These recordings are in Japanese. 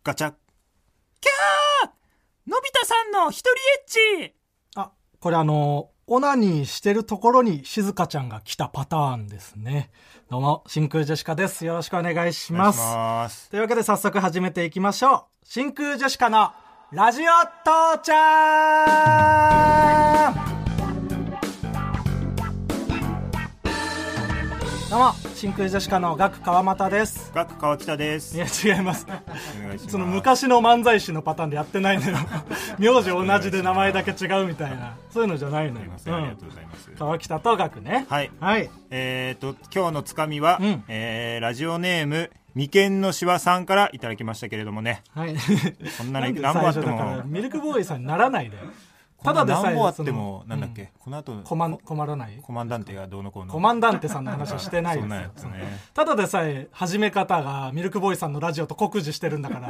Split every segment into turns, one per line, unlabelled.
ガチャ。キャー、のび太さんの一人エッチ。
あ、これオナニーしてるところに静香ちゃんが来たパターンですね。どうも、真空ジェシカです。よろしくお願いします。というわけで早速始めていきましょう。真空ジェシカのラジオ父ちゃん。どうも、真空ジェシカのガク川又です。
ガク川北です。
いや違います。
お願いします。
その昔の漫才師のパターンでやってないのよ。名字同じで名前だけ違うみたいな、そういうのじゃないのよ。
ありがとうございます。
川北とガクね。
はい。
はい。
今日のつかみは、ラジオネーム眉間のしわさんからいただきましたけれどもね。
はい。
こんなに何本あっても
ミルクボーイさんにならないで。ただでさえ
何本あってもなんだっけ、この後
困らない。
コマンダンテがどうのこうの。
コマンダンテさんの話はしてないですよ。
そんなやつね。
ただでさえ始め方がミルクボーイさんのラジオと酷似してるんだから、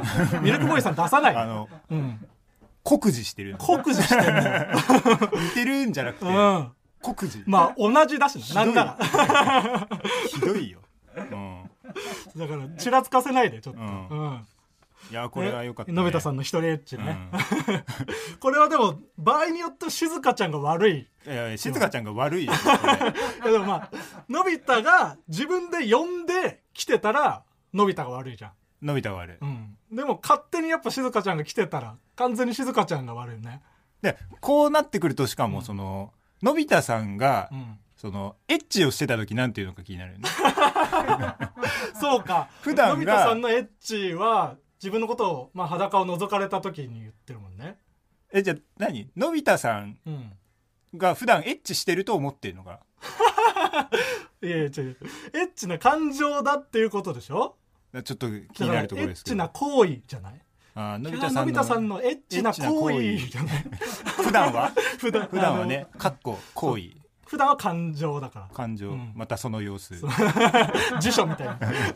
ミルクボーイさん出さない。
酷似してる。
酷似してるのよ。
似てるんじゃなくて、酷似。
まあ同じだしな。なんなら。
ひどいよ。
だからちらつかせないでちょっと。
いやこれは良かったね。
のび太さんの一人エッチね。これはでも場合によっては静香ちゃんが悪い。
いや静香ちゃんが悪いよ。
でもまあのび太が自分で呼んで来てたらのび太が悪いじゃん。
のび太が悪
い。でも勝手にやっぱ静香ちゃんが来てたら完全に静香ちゃんが悪いね。
でこうなってくると、しかもそののび太さんがそのエッチをしてた時なんていうのか気になるよね。
そうか。
普段が
のび太さんのエッチは自分のことを、まあ、裸を覗かれた時に言ってるもんね。
じゃあ何、のび太さんが普段エッチしてると思ってるのか。
いやいや違う、エッチな感情だっていうことでしょ。
ちょっと気になるところですけど、
エッチな行為じゃない。
のび
太さんのエッチな行為じゃない。
普段は普段はね、かっこ行為、
普段は感情だから。
感情、またその様子。
辞書みたいな。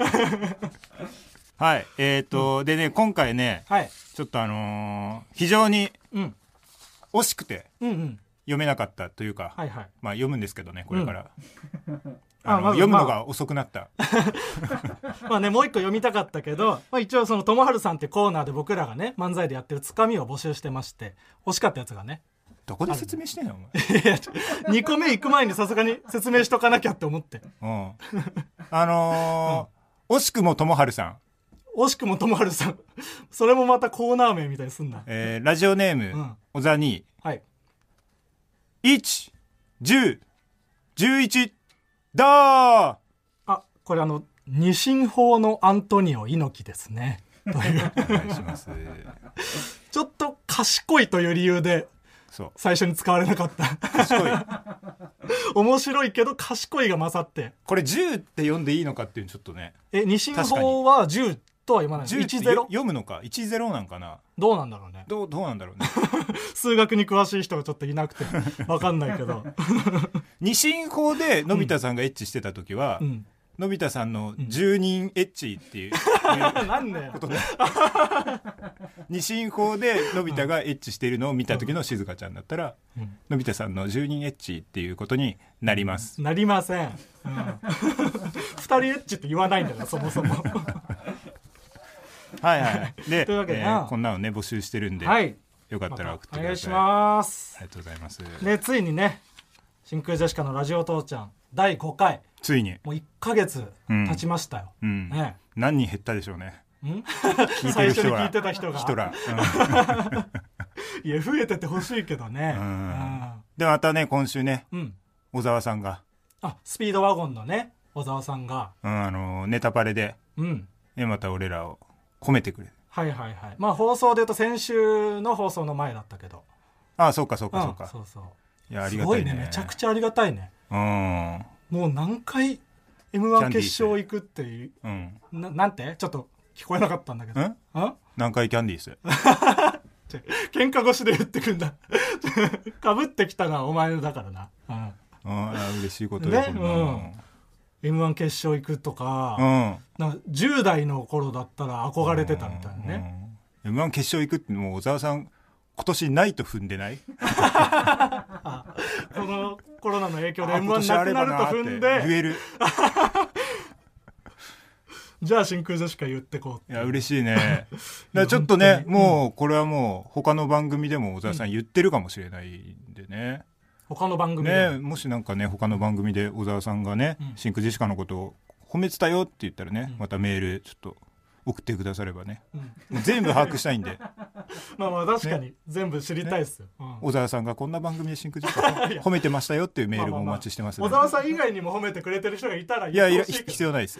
はい、でね、今回ね、ちょっと非常に惜しくて読めなかったというか、まあ読むんですけどね、これから、読むのが遅くなった。
まあね、もう一個読みたかったけど、まあ、一応そのともはるさんってコーナーで僕らがね漫才でやってるつかみを募集してまして、惜しかったやつがね。
どこで説明してんのお前。
2個目行く前にさすがに説明しとかなきゃって思って。
惜しくもともはるさん、
惜しくもともはるさん。それもまたコーナー名みたいにすんな。
ラジオネーム、おざに、1、10、11、だー。
あ、これ二進法のアントニオ猪木ですね。お願
いします。
ちょっと賢いという理由で最初に使われなかった。
賢い。
面白いけど賢いが勝って。
これ10って読んでいいのかっていうのちょっとね。
二進法は10とは読まない。
10って読むのか。10なんかな。
どうなんだろうね。
どうなんだろうね。
数学に詳しい人がちょっといなくて分かんないけど。
二進法でのび太さんがエッチしてた時は、のび太さんの10人エッチっていうことで、二進法でのび太がエッチしているのを見た時の静香ちゃんだったら、のび太さんの10人エッチっていうことになります。
なりません。2人エッチって言わないんだからそもそも。
はいはい。で、
というわけで、
こんなのね募集してるんで、よかったら送ってください。
お願いします。
ありがとうございます。
でついにね、真空ジェシカのラジオ父ちゃん第5回、
ついに
もう1ヶ月経ちましたよ。
何人減ったでしょうね。
最初に聞いてた人
ら。
いや増えててほしいけどね。
でまたね今週ね、小沢さんが、
スピードワゴンのね小沢さんが、
ネタパレで、また俺らを褒めてくれる。
まあ放送で言うと先週の放送の前だったけど。
そうか。
そう
いやありがたいね。
すごいね、めちゃくちゃありがたいね。もう何回 M1 決勝行くっていう、なんてちょっと聞こえなかったんだけど、
何回キャンディース。
喧嘩越しで言ってくんだ。かぶってきたのはお前だからな。
嬉しいことで、
M1 決勝行くとか、なんか10代の頃だったら憧れてたみたいなね。
M1 決勝行くってもう小沢さん今年ないと踏んでない？こ
のコロナの影響で M1 なくなると踏んで
言える。
じゃあ真空ジェシカ言ってこう。
いや嬉しいね。だからちょっとね、もうこれはもう他の番組でも小沢さん言ってるかもしれないんでね。
他の番組で
ね、もしなんかね他の番組で小沢さんがね、真空ジェシカのことを褒めてたよって言ったらね、またメールちょっと送ってくださればね、全部把握したいんで
まあ確かに、全部知りたいですよ、
小沢さんがこんな番組で真空ジェシカ褒めてましたよっていうメールもお待ちしてます、ね。
小沢さん以外にも褒めてくれてる人がいたら
いや必要ないです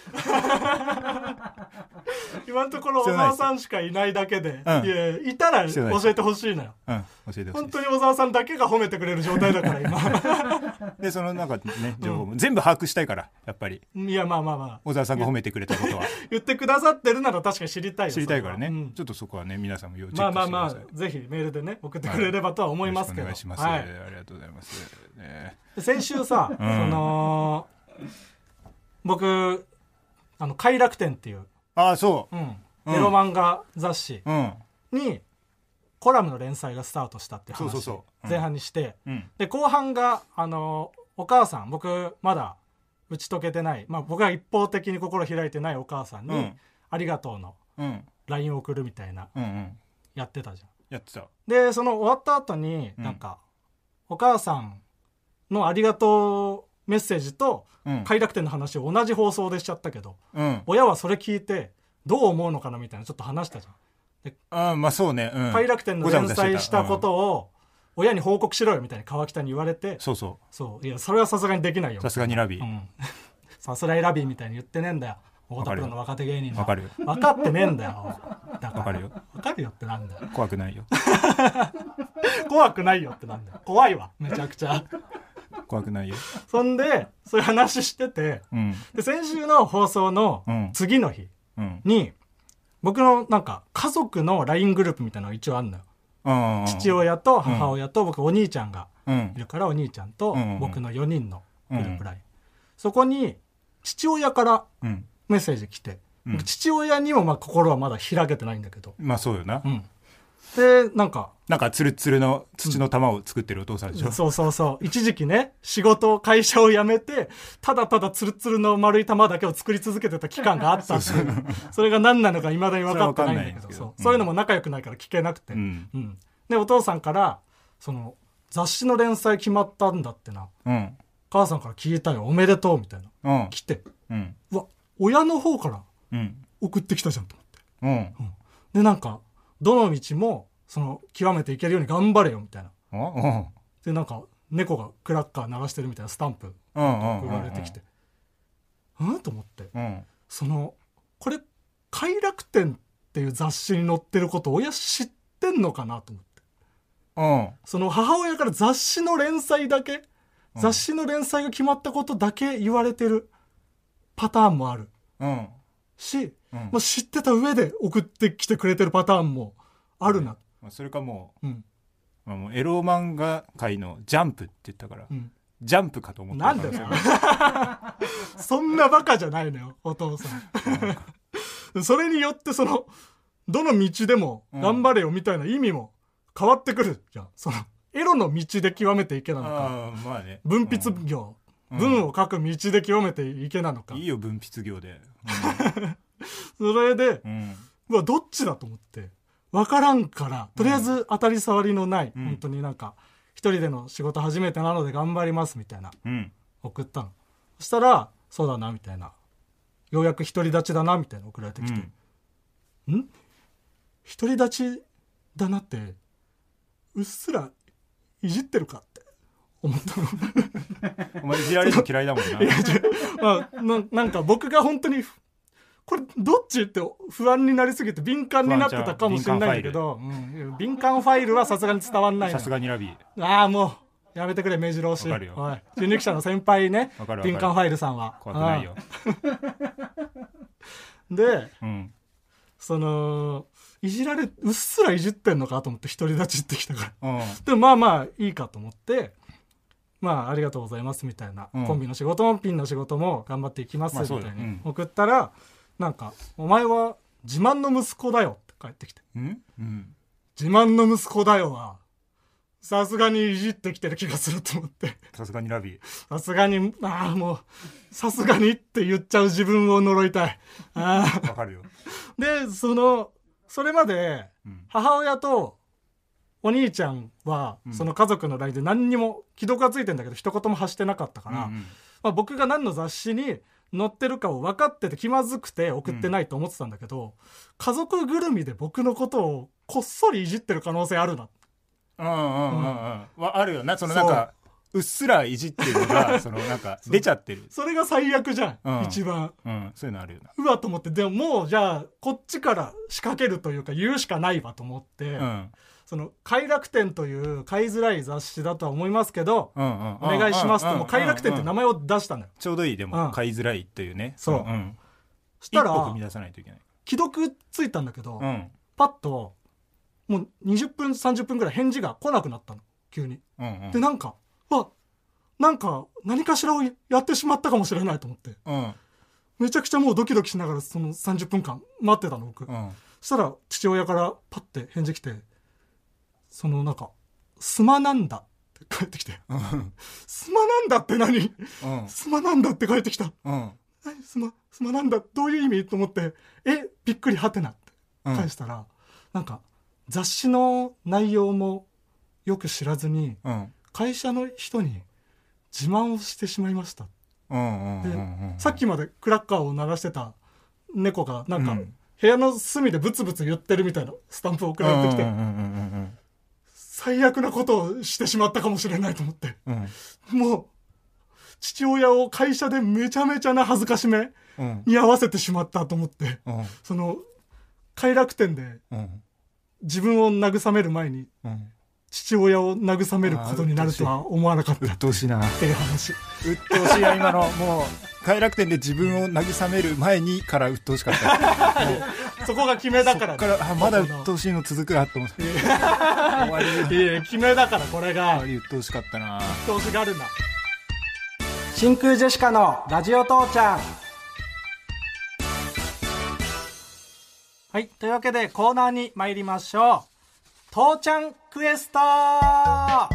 今のところ小沢さんしかいないだけで、いたら教えてほしいのよ。教えてほしい。本当に小沢さんだけが褒めてくれる状態だから今
でそのなんかね情報も全部把握したいからやっぱり。
いやまあ
小沢さんが褒めてくれたことは
言ってくださってるなら確かに知りたいよ。
知りたいからね、ちょっとそこはね皆さんも要チェックしてください。
まあぜひメールでね送ってくれればとは思いますけど、
お願いします、ありがとうございます、
先週さ、僕快楽天っていう
そう、
エロ漫画雑誌にコラムの連載がスタートしたっていう話を前半にして、で後半がお母さん、僕まだ打ち解けてない、僕が一方的に心開いてないお母さんに、ありがとうの LINE を送るみたいな、やってたじゃん。
やってた。
でその終わった後になんか、お母さんのありがとうメッセージと快楽天の話を同じ放送でしちゃったけど、親はそれ聞いてどう思うのかなみたいなちょっと話したじゃん。
まあそうね、
快楽天の連載したことを親に報告しろよみたいに川北に言われて、そういやそれはさすがにできないよ、
さすがにラビ
ー、さすらいラビーみたいに言ってねえんだよ太田プロの若手芸人の。
分かるよ、
分かってねえんだよ。だから
分かるよ、
分かるよってなんだよ。
怖くないよ
怖くないよってなんだよ。怖いわめちゃくちゃ
怖くないよ。
そんでそういう話してて、で先週の放送の次の日に、僕のなんか家族の LINE グループみたいなのが一応あるのよ。父親と母親と僕、お兄ちゃんがいるから、お兄ちゃんと僕の4人のグループ LINE、そこに父親からメッセージ来て、父親にも心はまだ開けてないんだけど、
そうよな、
でなんか
ツルツルの土の玉を作ってるお父さんでしょ、
そう一時期ね会社を辞めてただただツルツルの丸い玉だけを作り続けてた期間があったっていうそれが何なのか未だに分かってないんだけど、そういうのも仲良くないから聞けなくて、でお父さんからその雑誌の連載決まったんだってな、母さんから聞いたよおめでとうみたいな、来て、うわ親の方から送ってきたじゃんと思って、でなんかどの道もその極めていけるように頑張れよみたいな、でなんか猫がクラッカー流してるみたいなスタンプ送られてきて、と思って、そのこれ快楽天っていう雑誌に載ってること親知ってんのかなと思って、その母親から雑誌の連載が決まったことだけ言われてるパターンもある、し、知ってた上で送ってきてくれてるパターンもあるな、
それかもう、もうエロ漫画界のジャンプって言ったから、ジャンプかと思った
なんだよそんなバカじゃないのよお父さんそれによってそのどの道でも頑張れよみたいな意味も変わってくるじゃん。そのエロの道で極めていけなのか、文筆業、文を書く道で極めていけなのか。
いいよ文筆業で、
それで、うわどっちだと思って分からんから、とりあえず当たり障りのない、本当になんか一人での仕事初めてなので頑張りますみたいな、送ったの。そしたらそうだなみたいな、ようやく独り立ちだなみたいな送られてきて、独り立ちだなってうっすらいじってるかって思ったの
お前いじられるの嫌いだもん
ななんか僕が本当にこれどっちって不安になりすぎて敏感になってたかもしれないんだけど、敏感ファイルはさすがに伝わんないの。
さすがにラビー、
もうやめてくれ目白押し。
わかるよ、
おい人力車の先輩ね敏感ファイルさんは
怖くないよ
で、そのいじられうっすらいじってんのかと思って独り立ちってきたから、でもまあいいかと思って、ありがとうございますみたいな、コンビの仕事もピンの仕事も頑張っていきますみたいに送ったら、なんかお前は自慢の息子だよって返ってきて、自慢の息子だよはさすがにいじってきてる気がすると思って。
さすがにラビー。
さすがに、もう、さすがにって言っちゃう自分を呪いたい。
わかるよ。
で、それまで、母親とお兄ちゃんは、その家族の LINE で何にも既読がついてんだけど、一言も発してなかったから、僕が何の雑誌に載ってるかを分かってて気まずくて送ってないと思ってたんだけど、家族ぐるみで僕のことをこっそりいじってる可能性あるな。
あるよな。なんかうっすらいじってるのがなんか出ちゃってる。
それが最悪じゃん、一番。
そういうのあるよな。
うわと思って、でももうじゃあこっちから仕掛けるというか言うしかないわと思って、快楽天という買いづらい雑誌だとは思いますけど、お願いしますと、もう快楽天って名前を出したのよ。
ちょうどいい。でも買いづらいっていうね。
そう。したら
一歩踏み出さないといけない。
既読ついたんだけど、パッともう20分30分ぐらい返事が来なくなったの、急に。でなんか何かしらをやってしまったかもしれないと思って、めちゃくちゃもうドキドキしながらその30分間待ってたの僕。そしたら父親からパッて返事来て、なんかスマなんだって返ってきて、スマなんだって何？スマなんだって返ってきた。何スマなんだどういう意味と思って、びっくりはてなって返したら、なんか雑誌の内容もよく知らずに、会社の人に自慢をしてしまいました。で、さっきまでクラッカーを鳴らしてた猫がなんか部屋の隅でブツブツ言ってるみたいなスタンプを送られてきて、最悪なことをしてしまったかもしれないと思って、もう父親を会社でめちゃめちゃな恥ずかしめに合わせてしまったと思って、快楽天で自分を慰める前に、父親を慰めることになるとは思わなかった。
鬱陶しいな
っていう話。
鬱陶しいや今の。もう快楽天で自分を慰める前にから鬱陶しかった。
そこが決めだから、
そっからまだ鬱陶しいの続くなと思って。終わり。
決めだからこれが。
鬱陶しかったな。
鬱陶しがるな。真空ジェシカのラジオ父ちゃん。はい、というわけでコーナーに参りましょう。父ちゃんクエスト。はい、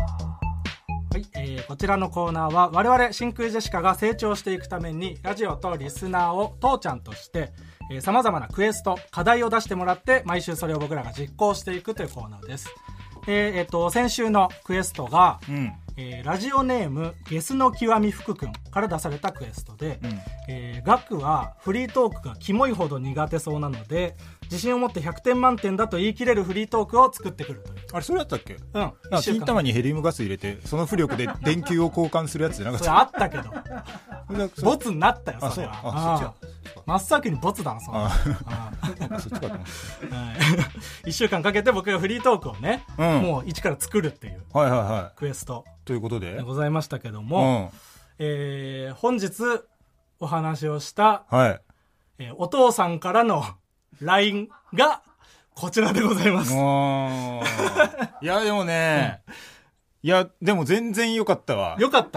こちらのコーナーは我々真空ジェシカが成長していくためにラジオとリスナーを父ちゃんとしてさまざまなクエスト課題を出してもらって毎週それを僕らが実行していくというコーナーです。先週のクエストが、ラジオネームゲスの極み福くんから出されたクエストで、ガクはフリートークがキモいほど苦手そうなので自信を持って100点満点だと言い切れるフリートークを作ってくるという。
あれそれだったっけ？金玉にヘリウムガス入れてその浮力で電球を交換するやつじゃなかった？
それあったけどボツになったよそれは。
そっち
真っ先にボツだなそっちかと思って1週間かけて僕がフリートークをね、もう一から作るっていうクエスト
ということで
ございましたけども、本日お話をした、お父さんからの LINE がこちらでございます。
いやでもね、いやでも全然良かったわ。
良かった？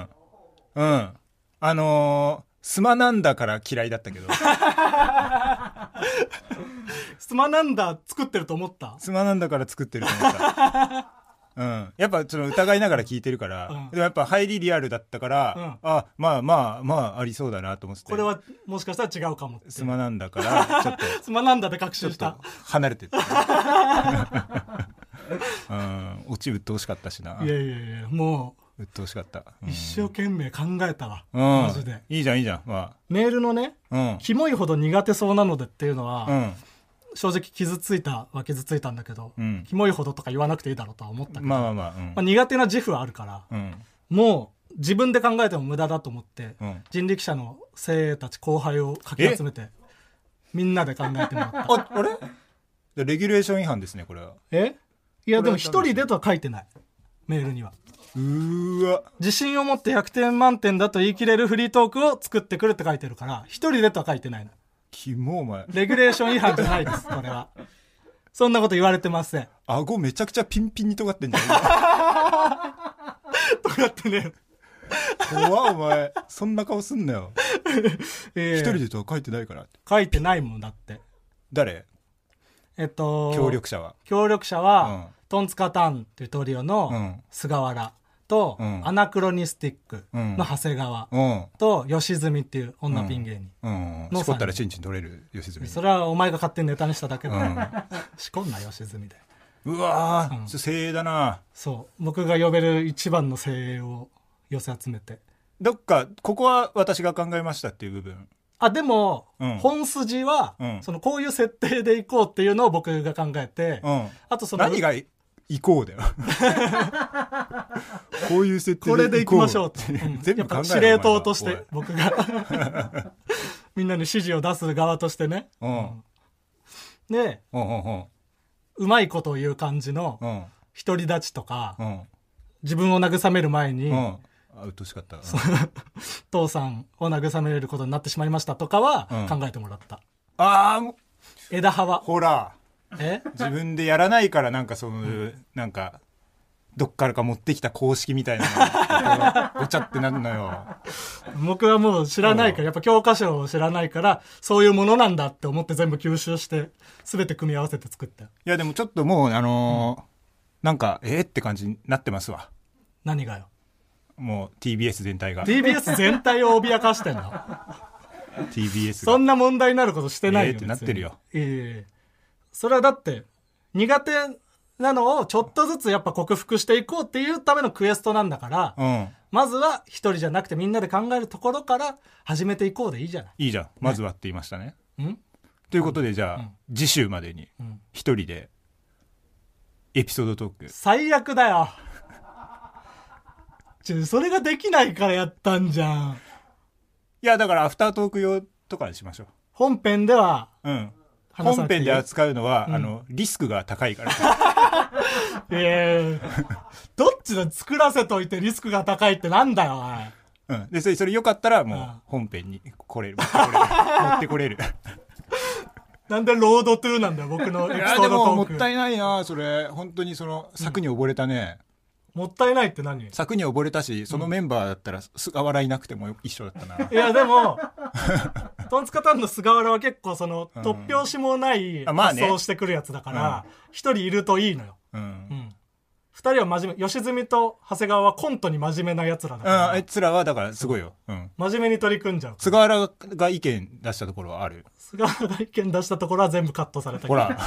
スマなんだから嫌いだったけど
スマなんだ作ってると思った？
スマなんだから作ってると思ったやっぱその疑いながら聞いてるから、でもやっぱ入りリアルだったから、まあありそうだなと思って。
これはもしかしたら違うかもって。
スマなんだからちょっと
スマなんだで確信した。
離れてってオチ鬱陶しかったしな。
いやもう
鬱陶しかった、
一生懸命考えたわ、マジで。
いいじゃん、
メールのね、キモいほど苦手そうなのでっていうのは、正直傷ついたんだけど、キモいほどとか言わなくていいだろうとは思ったけど、苦手な自負はあるから、もう自分で考えても無駄だと思って、人力車の精鋭たち後輩をかき集めてみんなで考えてもらった。
あれレギュレーション違反ですねこれは。
いやでも一人でとは書いてない、メールには。自信を持って100点満点だと言い切れるフリートークを作ってくるって書いてるから、一人でとは書いてないの。
キモお前。
レギュレーション違反じゃないですこれは。そんなこと言われてません。
顎めちゃくちゃピンピンに尖ってんじゃ
ん尖ってね
え。怖お前そんな顔すんなよ一人でとは書いてないから。
書いてないもんだって。
誰？協力者は、
トンツカタンっていうトリオの菅原と、アナクロニスティックの長谷川と吉住っていう女ピン芸人
しこったらチンチン取れる吉住。
それはお前が勝手にネタにしただけだ、しこんな吉住で。
うわー、精鋭だな。
そう僕が呼べる一番の精鋭を寄せ集めて、
どっかここは私が考えましたっていう部分。
でも、本筋は、そのこういう設定でいこうっていうのを僕が考えて、あとその
何がいこうだよこういう設定で
これでいきましょうって、
全部考えろ、
司令塔として僕がみんなに指示を出す側としてね、で、うまいことを言う感じの独り立ちとか、自分を慰める前に、
うっとうしかった、
父さんを慰めることになってしまいましたとかは考えてもらった、枝葉は
ほら自分でやらないからなんかその、なんかどっからか持ってきた公式みたいなのごちゃってなるのよ。
僕はもう知らないから、やっぱ教科書を知らないからそういうものなんだって思って全部吸収して全て組み合わせて作った。い
やでもちょっともうなんかって感じになってますわ。
何がよ。
もう TBS 全体が
TBS 全体を脅かしてんの
TBS が
そんな問題になることしてないよ
ってなってるよ。
それはだって苦手なのをちょっとずつやっぱ克服していこうっていうためのクエストなんだから、まずは一人じゃなくてみんなで考えるところから始めていこうでいいじゃない。
いいじゃん、まずはって言いましたね。ということでじゃあ、次週までに一人でエピソードトーク。
最悪だよそれができないからやったんじゃん。
いやだからアフタートーク用とかにしましょう。
本編では
本編で扱うのは、リスクが高いから
どっちだ。作らせといてリスクが高いってなんだよおい。
でそれよかったらもう本編に来れる持ってこれる
なんでロードトゥーなんだよ僕のエピソードトーク。いやでも
もったいないなそれ。本当にその柵に溺れたね、
もったいないって何。
柵に溺れたしそのメンバーだったら菅原いなくても一緒だったな、
いやでもトンツカタンの菅原は結構その突拍子もない発想をしてくるやつだから一人いるといいのよ。二人は真面目。吉住と長谷川はコントに真面目なやつらだから、
あいつらはだからすごいよ、
真面目に取り組んじゃう。
菅原が意見出したところはある。
菅原が意見出したところは全部カットされたけど
ほら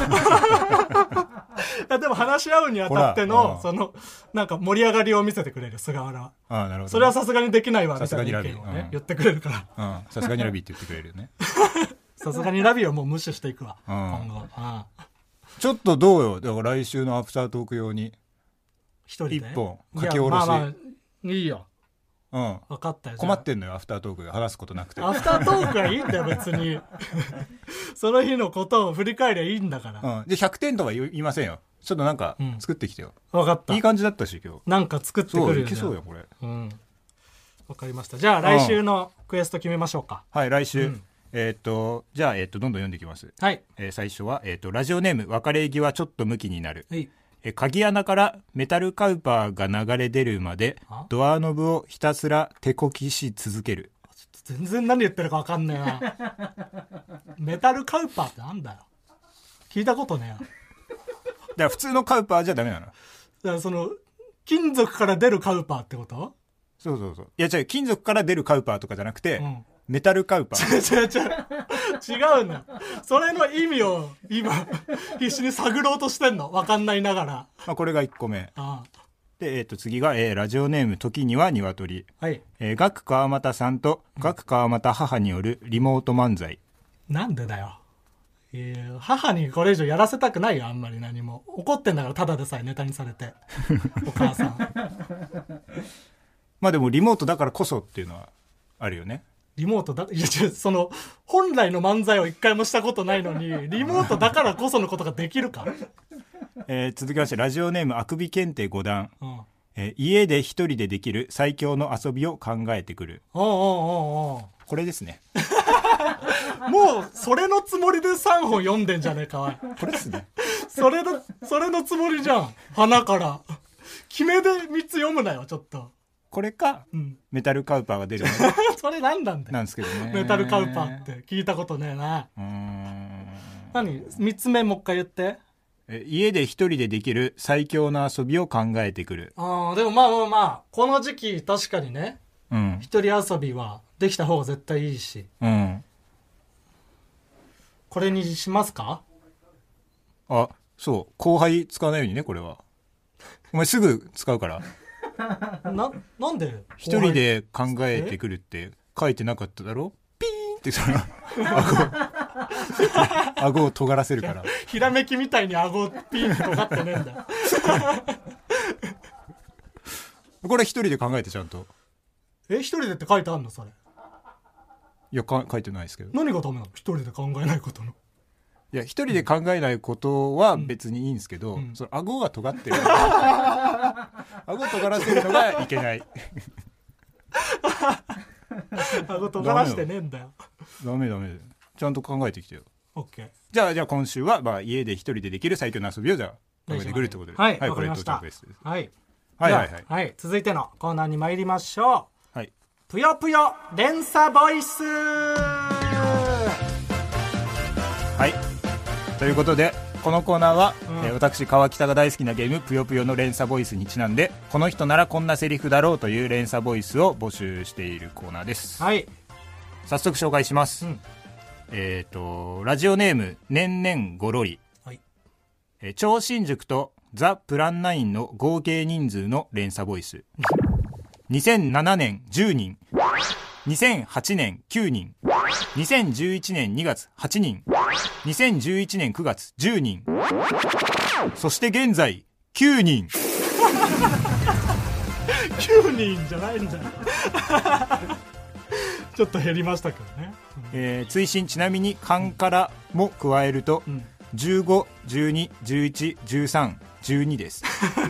でも話し合うにあたってのそのなんか盛り上がりを見せてくれる菅原は。
なるほど、ね、
それはさすがにできないわみたいな意見をね、言ってくれるから。
さすがにラビーって言ってくれるよね
さすがにラビーをもう無視していくわ、今後。
ちょっとどうよ。だから来週のアフタートーク用に
一人で
一本書き下ろし。
いいよ。分かったよ。
困ってんのよアフタートークで話すことなくて。
アフタートークはいいんだよ別にその日のことを振り返りゃいいんだから。
で100点とは言いませんよ。ちょっとなんか作ってきてよ。
分かった。
いい感じだったし今日
なんか作ってくるよ。
そういけそうよこれ。
分かりました。じゃあ来週のクエスト決めましょうか。
はい来週、じゃあ、どんどん読んでいきます。
はい。
最初は、ラジオネーム別れ際ちょっと向きになる。
はい。
鍵穴からメタルカウパーが流れ出るまでドアノブをひたすら手こきし続ける。
全然何言ってるか分かんねえなメタルカウパーってなんだよ。聞いたことねえよ。
だから普通のカウパーじゃダメなの。だ
からその金属から出るカウパーってこと？
そうそうそう。いや違う、金属から出るカウパーとかじゃなくて、メタルカウパー。
違うの。それの意味を今必死に探ろうとしてんの。分かんないながら。
これが1個目。で、次が、ラジオネーム時には鶏。
はい。
ガク川又さんとガク川又母によるリモート漫才。
なんでだよ。母にこれ以上やらせたくないよ。あんまり何も怒ってんだから、ただでさえネタにされてお母さん
まあでもリモートだからこそっていうのはあるよね。
リモートだ、いやその本来の漫才を一回もしたことないのにリモートだからこそのことができるか
続きましてラジオネームあくび検定5段、家で一人でできる最強の遊びを考えてくる。これですね
もうそれのつもりで3本読んでんじゃねえか。
これですね
それのつもりじゃん。鼻から決めで3つ読むなよちょっと。
これか、メタルカウパーが出るの
それ何なんだよ。
なんですけどね。
メタルカウパーって聞いたことねえな。何3つ目もう一回言って。
家で一人でできる最強の遊びを考えてくる。
ああ、でもまあ、この時期確かにね、
うん。
一人遊びはできた方が絶対いいし。
うん。
これにしますか？
あ、そう。後輩使わないようにね、これは。お前すぐ使うから。
なんで
一人で考えてくるって書いてなかっただろ？ピーンってその顎を尖らせるから。
ひらめきみたいに顎をピーンと尖ってねえんだ。
これ一人で考えてちゃんと。
一人でって書いてあんのそれ？
いや、書いてないですけど。
何がダメなの？一人で考えないことの。
いや、一人で考えないことは別にいいんですけど、その顎が尖ってる。顎を尖らせるのがいけない。
顎尖らしてねえんだよ。
ダメ。ちゃんと考えてきてよ。
オッケー。
じゃあ今週は、家で一人でできる最強の遊びをじゃあ考えてくるってことで。
はい、わかりました。はい。はい。続いてのコーナーに参りましょ
う。はい。
ぷよぷよ連鎖ボイス。
はい。ということで、このコーナーは、私川北が大好きなゲームぷよぷよの連鎖ボイスにちなんで、この人ならこんなセリフだろうという連鎖ボイスを募集しているコーナーです。
はい。
早速紹介します。ラジオネームねんねんごろり。
はい。
超新塾とザ・プラン9の合計人数の連鎖ボイス。2007年10人、2008年9人、2011年2月8人、2011年9月10人、そして現在9人。
9人じゃないんだよ。ちょっと減りましたけど
ね。追伸、ちなみに勘からも加えると、15、12、11、13、12です。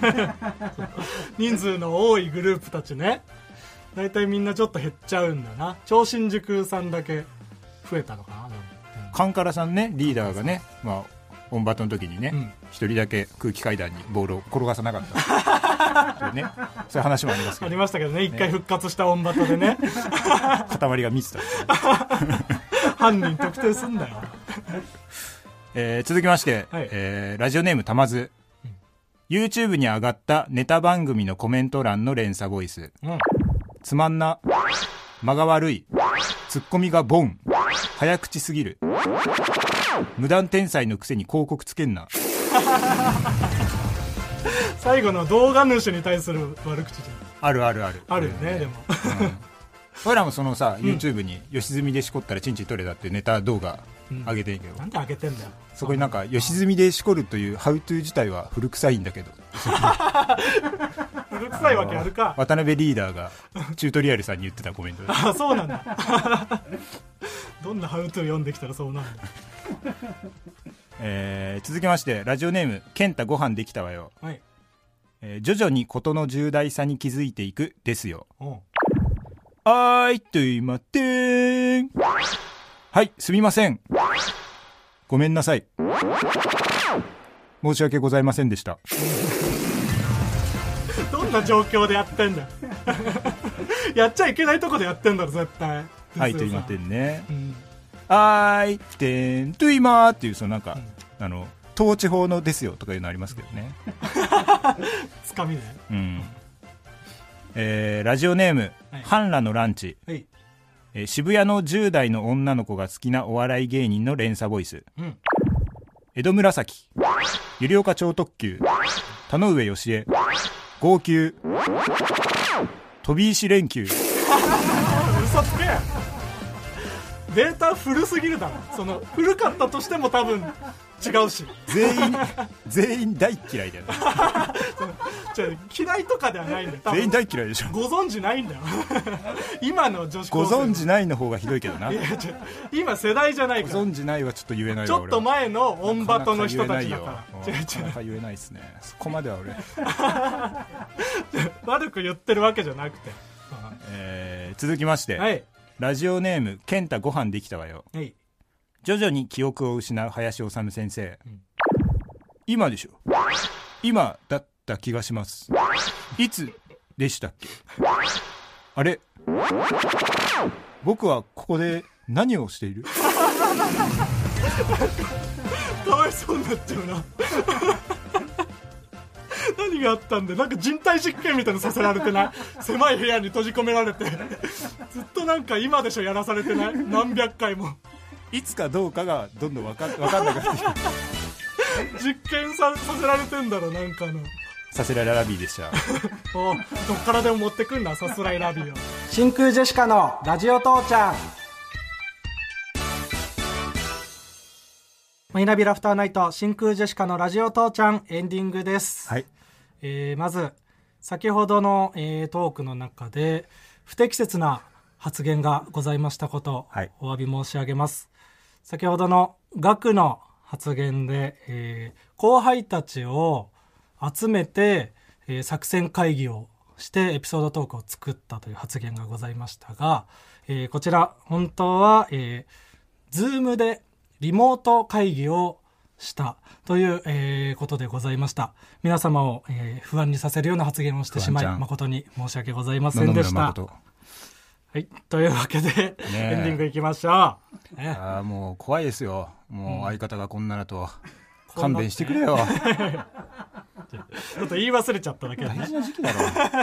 人数の多いグループたちね。だいたいみんなちょっと減っちゃうんだな。超新塾さんだけ増えたのかな。
カンカラさんね、リーダーがね、オンバトの時にね、一人だけ空気階段にボールを転がさなかったね、そういう話もありますけど、
ありましたけどね、一回復活したオンバトでね。
塊が見てた。
犯人特定すんだよ。
続きまして、ラジオネームたまず。YouTube に上がったネタ番組のコメント欄の連鎖ボイス。つまんな、間が悪い、ツッコミがボン、早口すぎる、無断天才のくせに広告つけんな。
最後の動画主に対する悪口じゃん。ある
あ
るよね、でも。
俺らもそのさ、YouTube に吉住でしこったらチンチン取れだってネタ動画上げてんけど、
なんで上げてんだよ。
そこになんか吉住でしこるというハウトゥー自体は古臭いんだけど。
古臭いわけあるか。
渡辺リーダーがチュートリアルさんに言ってたコメントで。
あ、そうなんだ。どんなハウトゥー読んできたらそうなんだ。
続きまして、ラジオネーム健太ご飯できたわよ。
はい。
徐々に事の重大さに気づいていくですよ。あいといまてん。はい、すみません。ごめんなさい。申し訳ございませんでした。
どんな状況でやってんだよ。やっちゃいけないとこでやってんだろ絶対。
はいといまてんね。あいてんといまーっていう、そのなんか、統治法のですよとかいうのありますけどね。
つかみね。
ラジオネーム、ハンラのランチ。渋谷の10代の女の子が好きなお笑い芸人の連鎖ボイス。江戸紫、百合岡超特急、田上義恵、号泣、飛び石連休。
嘘つけ。データ古すぎるだろ。その古かったとしても多分違うし。
全員大嫌いだよね。
嫌いとかではないんだよ。
全員大嫌いでしょ。
ご存知ないんだよ。今の女子高
生。ご存知ないの方がひどいけどな。
今世代じゃないから。
ご存知ないはちょっと言えないわ。
ちょっと前のオンバトの人たちだから。
なかなか言えないですね。そこまでは俺。
悪く言ってるわけじゃなくて。
続きまして、ラジオネーム健太ご飯できたわよ。徐々に記憶を失う林修先生。今でしょ。今だった気がします。いつでしたっけ。あれ、僕はここで何をしている。
かわいそうになっちゃうな何があったんで、なんか人体実験みたいなのさせられてない？狭い部屋に閉じ込められてずっとなんか今でしょやらされてない？何百回も。
いつかどうかがどんどん分かんなくなって
実験 させられてんだろ、なんかの
さすらいラビーでした
おどっからでも持ってくんな、さすらいラビーを。真空ジェシカのラジオ父ちゃん。マイナビラフターナイト、真空ジェシカのラジオ父ちゃん、エンディングです。
はい。
まず先ほどの、トークの中で不適切な発言がございましたこと、はい、お詫び申し上げます。先ほどの学の発言で、後輩たちを集めて、作戦会議をしてエピソードトークを作ったという発言がございましたが、こちら本当は、Zoom でリモート会議をしたという、ことでございました。皆様を、不安にさせるような発言をしてしまい誠に申し訳ございませんでした。はい、というわけで、エンディングいきましょ
う。もう怖いですよ。もう相方がこんなだと、勘弁してくれよ。
ちょっと言い忘れちゃっただけだね。
大事な時期だろ。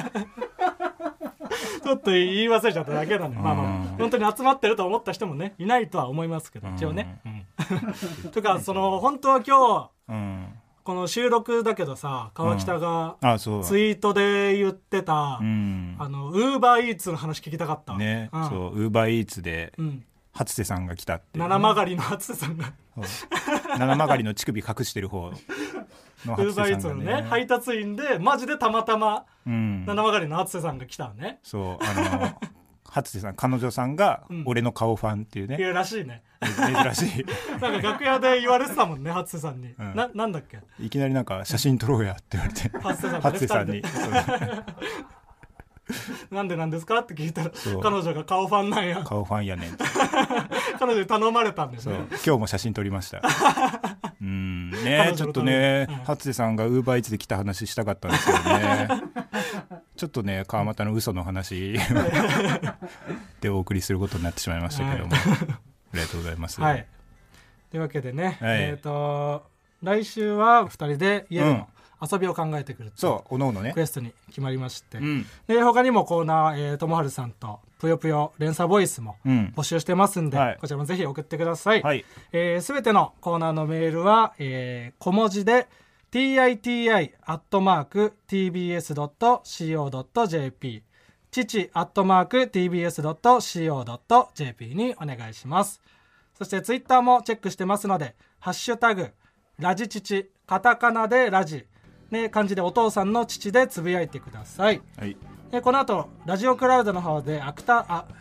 ちょっと言い忘れちゃっただけだね。まあ本当に集まってると思った人もねいないとは思いますけど、一応ね。とか本当は今日、この収録だけどさ、川北がツイートで言ってたウーバーイーツの話聞きたかった
ね。そうウーバーイーツで初瀬さんが来たって、
七曲りの初瀬さんが
七曲りの乳首隠してる方の初瀬さんがね、ウーバーイーツのね
配達員でマジでたまたま七曲りの初瀬さんが来たのね。
そう初瀬さん、彼女さんが俺の顔ファンっていうね、
らしいね。
珍しい
なんか楽屋で言われてたもんね、初瀬さんに。なんだっけ、
いきなりなんか写真撮ろうやって言われて初瀬さんに
なんでなんですかって聞いたら、彼女が顔ファンなんや。
顔ファンやねん
彼女に頼まれたんですね。
今日も写真撮りましたね。ちょっとね、初瀬さんがウーバーイーツで来た話したかったんですよね。ちょっとね、川又の嘘の話でお送りすることになってしまいましたけども、ありがとうございます。はい、というわけでね、来週は2人で家での遊びを考えてくるとおのおのね
クエストに決まりまして、で他にもコーナー、ともはるさんとぷよぷよ連鎖ボイスも募集してますんで、こちらもぜひ送ってください。すべてのコーナーのメールは、小文字でtiti@tbs.co.jp 父@tbs.co.jp にお願いします。そしてツイッターもチェックしてますので、ハッシュタグラジ父、カタカナでラジ、ね、漢字でお父さんの父でつぶやいてください。でこの後ラジオクラウドの方でアクタート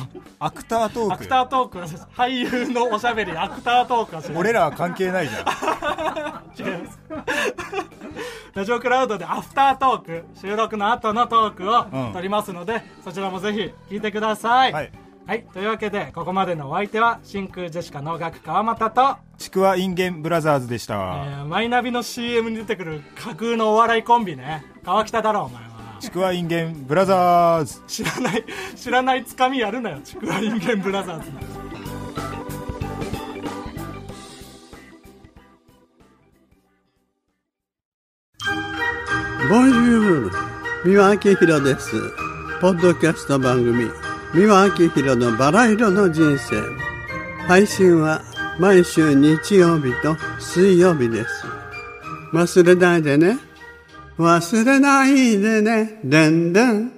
ーク俳優のおしゃべりアクタートーク
俺らは関係ないじゃん
違いますラジオクラウドでアフタートーク、収録の後のトークを撮りますので、そちらもぜひ聞いてください。はい、というわけでここまでのお相手は真空ジェシカのガク川又と
ちくわインゲンブラザーズでした。
マイナビの CM に出てくる架空のお笑いコンビね、川北だろお前は。
ちくわインゲンブラザーズ。
知らないつかみやるなよ、ちくわインゲンブラザーズ。
ボンジュール、三輪明宏です。ポッドキャスト番組三輪明宏のバラ色の人生、配信は毎週日曜日と水曜日です。忘れないでね、忘れないでね、でんでん。